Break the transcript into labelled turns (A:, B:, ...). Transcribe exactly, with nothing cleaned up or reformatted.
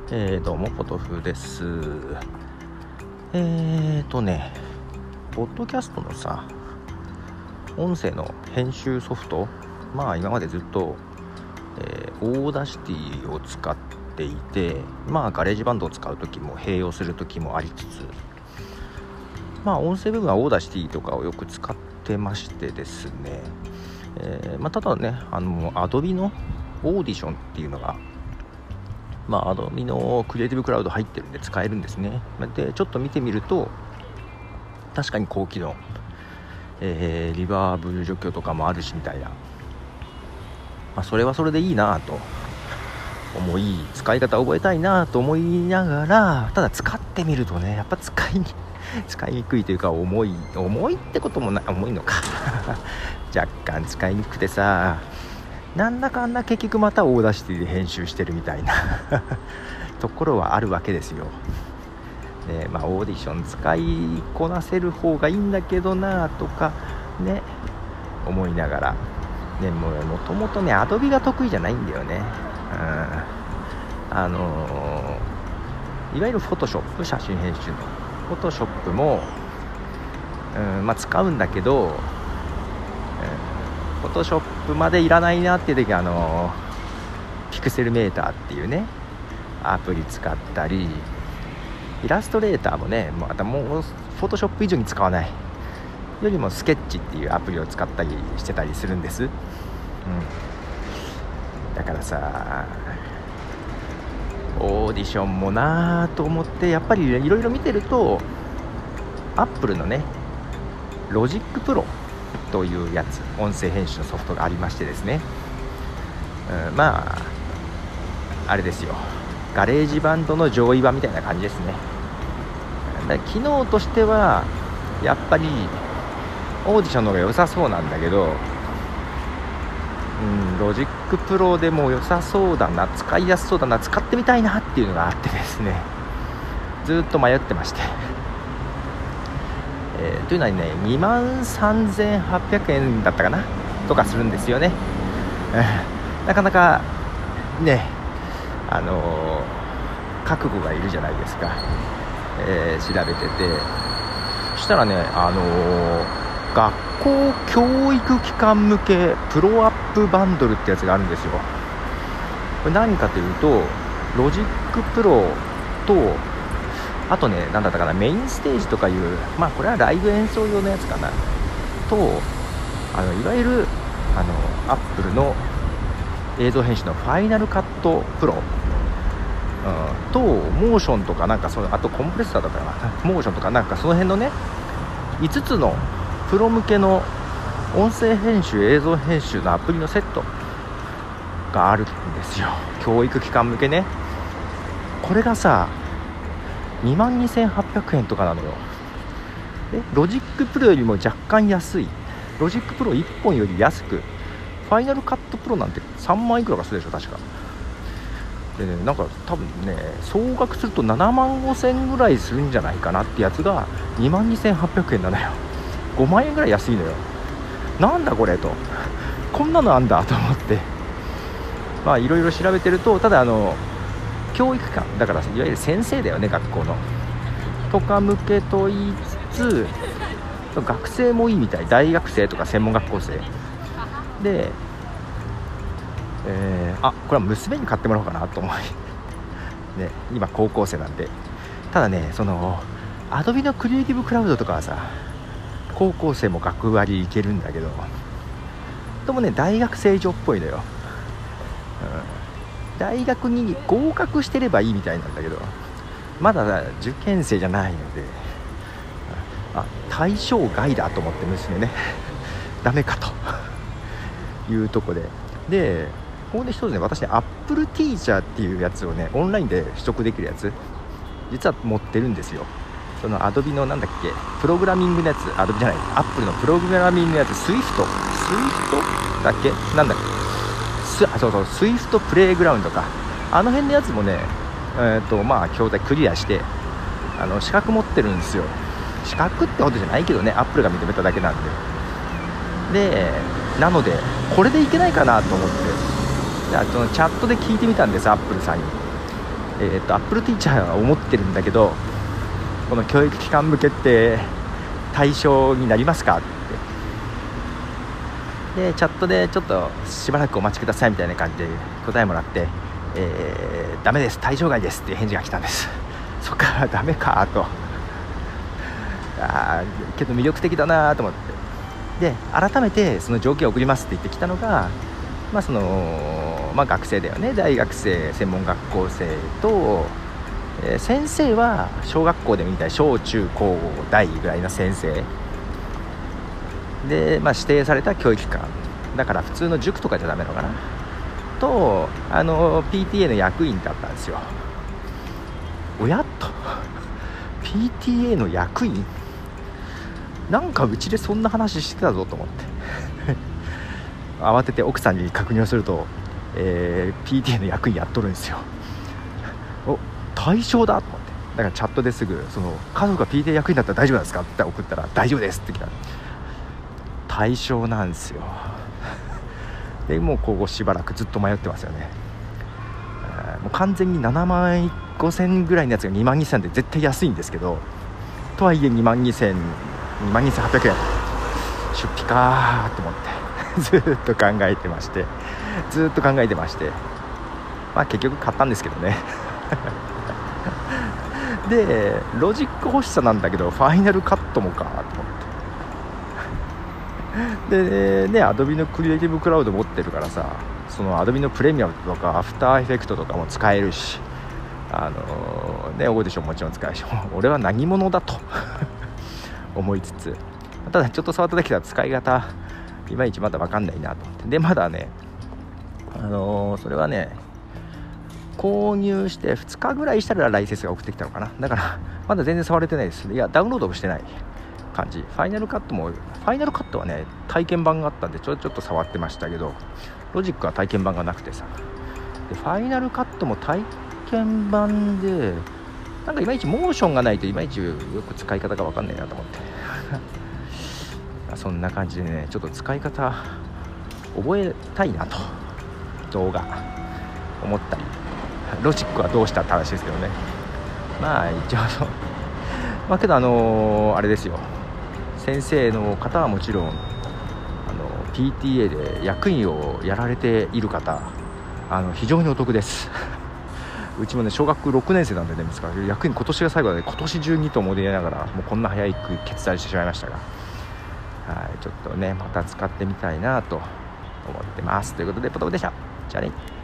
A: えー、どうもポトフです。えーとねポッドキャストのさ音声の編集ソフト、まあ今までずっと、えー、オーダーシティを使っていて、まあガレージバンドを使う時も併用する時もありつつ、まあ音声部分はオーダーシティとかをよく使ってましてですね、えーまあ、ただねあの Adobe のオーディションっていうのがまあ、Adobe のクリエイティブクラウド入ってるんで使えるんですね。でちょっと見てみると確かに高機能、えー、リバーブ除去とかもあるしみたいな、まあ、それはそれでいいなと思い、使い方覚えたいなと思いながら、ただ使ってみるとねやっぱ使いに使いにくいというか重い重いってこともない、重いのか若干使いにくくてさ、なんだかんだ結局またオーダーシティで編集してるみたいなところはあるわけですよ。で、まあ、オーディション使いこなせる方がいいんだけどなとかね思いながら、ね、もうもともとねアドビが得意じゃないんだよね。うん、あのー、いわゆるフォトショップ、写真編集のフォトショップも、うんまあ、使うんだけど、フォトショップまでいらないなっていう時はあのピクセルメーターっていうねアプリ使ったり、イラストレーターもねまたもうフォトショップ以上に使わないよりもスケッチっていうアプリを使ったりしてたりするんです、うん、だからさオーディションもなぁと思ってやっぱりいろいろ見てるとアップルのねロジックプロというやつ、音声編集のソフトがありましてですね、うん、まああれですよ、ガレージバンドの上位版みたいな感じですね。機能としてはやっぱりオーディションの方が良さそうなんだけど、うん、ロジックプロでも良さそうだな、使いやすそうだな、使ってみたいなっていうのがあってですね、ずっと迷ってまして、えー、というのはねにまんさんぜんはっぴゃくえんだったかなとかするんですよね。なかなかねあのー、覚悟がいるじゃないですか。えー、調べててそしたらねあのー、学校教育機関向けプロアップバンドルってやつがあるんですよ。これ何かというとロジックプロとあとね何だったかな、メインステージとかいう、まあこれはライブ演奏用のやつかなと、あのいわゆるあのアップルの映像編集のファイナルカットプロ、うん、とモーションとかなんかそのあとコンプレッサーだったかな、モーションとかなんかその辺のねいつつのプロ向けの音声編集映像編集のアプリのセットがあるんですよ、教育機関向けね。これがさにまんにせんはっぴゃくえんとかなのよ。でロジックプロよりも若干安い、ロジックプロいっぽんより安く、ファイナルカットプロなんてさんまんいくらかするでしょ確かでね、なんか多分ね総額するとななまんごせんぐらいするんじゃないかなってやつがにまんにせんはっぴゃくえんなのよ。ごまんえんぐらい安いのよ。なんだこれと、こんなのあんだと思って、まあいろいろ調べてると、ただあの教育館だからいわゆる先生だよね、学校のとか向けと言いつつ学生もいいみたい、大学生とか専門学校生で、えー、あこれは娘に買ってもらおうかなと思い、ね、今高校生なんで。ただねそのアドビのクリエイティブクラウドとかはさ高校生も学割いけるんだけど、ともね大学生以上っぽいのよ、うん、大学に合格してればいいみたいなんだけどまだ受験生じゃないので、あ対象外だと思って娘ねダメかというとこで、でここで一つね私ね Apple Teacher っていうやつをねオンラインで取得できるやつ実は持ってるんですよ。その Adobe のなんだっけプログラミングのやつ、 Adobe じゃない Apple のプログラミングのやつ Swift Swift だっけなんだっけスあそうそう Swift プレイグラウンドか、あの辺のやつもねえーとまあ教材クリアしてあの資格持ってるんですよ。資格ってことじゃないけどね、アップルが認めただけなんで。でなのでこれでいけないかなと思って、じゃあそのチャットで聞いてみたんです、アップルさんに。 えー、と Apple Teacher は思ってるんだけど、この教育機関向けって対象になりますかってでチャットでちょっとしばらくお待ちくださいみたいな感じで答えもらって、えー、ダメです、対象外ですっていう返事が来たんです。そっか、ダメかと、あけど魅力的だなと思って、で改めてその条件を送りますって言ってきたのが、まあそのまあ、学生だよね、大学生、専門学校生と、えー、先生は小学校でもいいみたい、小中高大ぐらいの先生で、まあ、指定された教育機関だから普通の塾とかじゃダメなのかなと、あの ピーティーエー の役員だったんですよ。おやっと ピーティーエー の役員、なんかうちでそんな話してたぞと思って慌てて奥さんに確認をすると、えー、ピーティーエー の役員やっとるんですよ。お、対象だと思って、だからチャットですぐその家族が ピーティーエー 役員だったら大丈夫なんですかって送ったら、大丈夫ですって来た。対象なんですよ。でもうここしばらくずっと迷ってますよね。もう完全にななまんごせんぐらいのやつがにまんにせんで絶対安いんですけど、とはいえにまんにせん、にまんにせんはっぴゃくえん出費かーと思ってずっと考えてましてずっと考えてましてまあ結局買ったんですけどねでロジック欲しさなんだけどファイナルカットもかと思ってでね、アドビのクリエイティブクラウド持ってるからさ、そのアドビのプレミアムとかアフターエフェクトとかも使えるし、あのー、ね、オーディションもちろん使えるし、俺は何者だと思いつつ、ただちょっと触っただけでは使い方いまいちまだ分かんないなと思って、でまだね、あのー、それはね購入してふつかぐらいしたらライセンスが送ってきたのかな。だからまだ全然触れてないです。いやダウンロードもしてない感じ。ファイナルカットもファイナルカットはね体験版があったんでちょちょっと触ってましたけど、ロジックは体験版がなくてさ、でファイナルカットも体験版でなんかいまいちモーションがないといまいちよく使い方が分かんないなと思ってそんな感じでね、ちょっと使い方覚えたいなと動画思ったり、ロジックはどうしたって話ですけどね。まあ一応そうまあけどあのー、あれですよ、先生の方はもちろんあの ピーティーエー で役員をやられている方、あの非常にお得ですうちもね小学ろくねん生なんでね、ですから役員今年が最後で今年中にと思いながらもうこんな早く決断してしまいましたが、はい、ちょっとねまた使ってみたいなと思ってます。ということでポトフでした。じゃあね。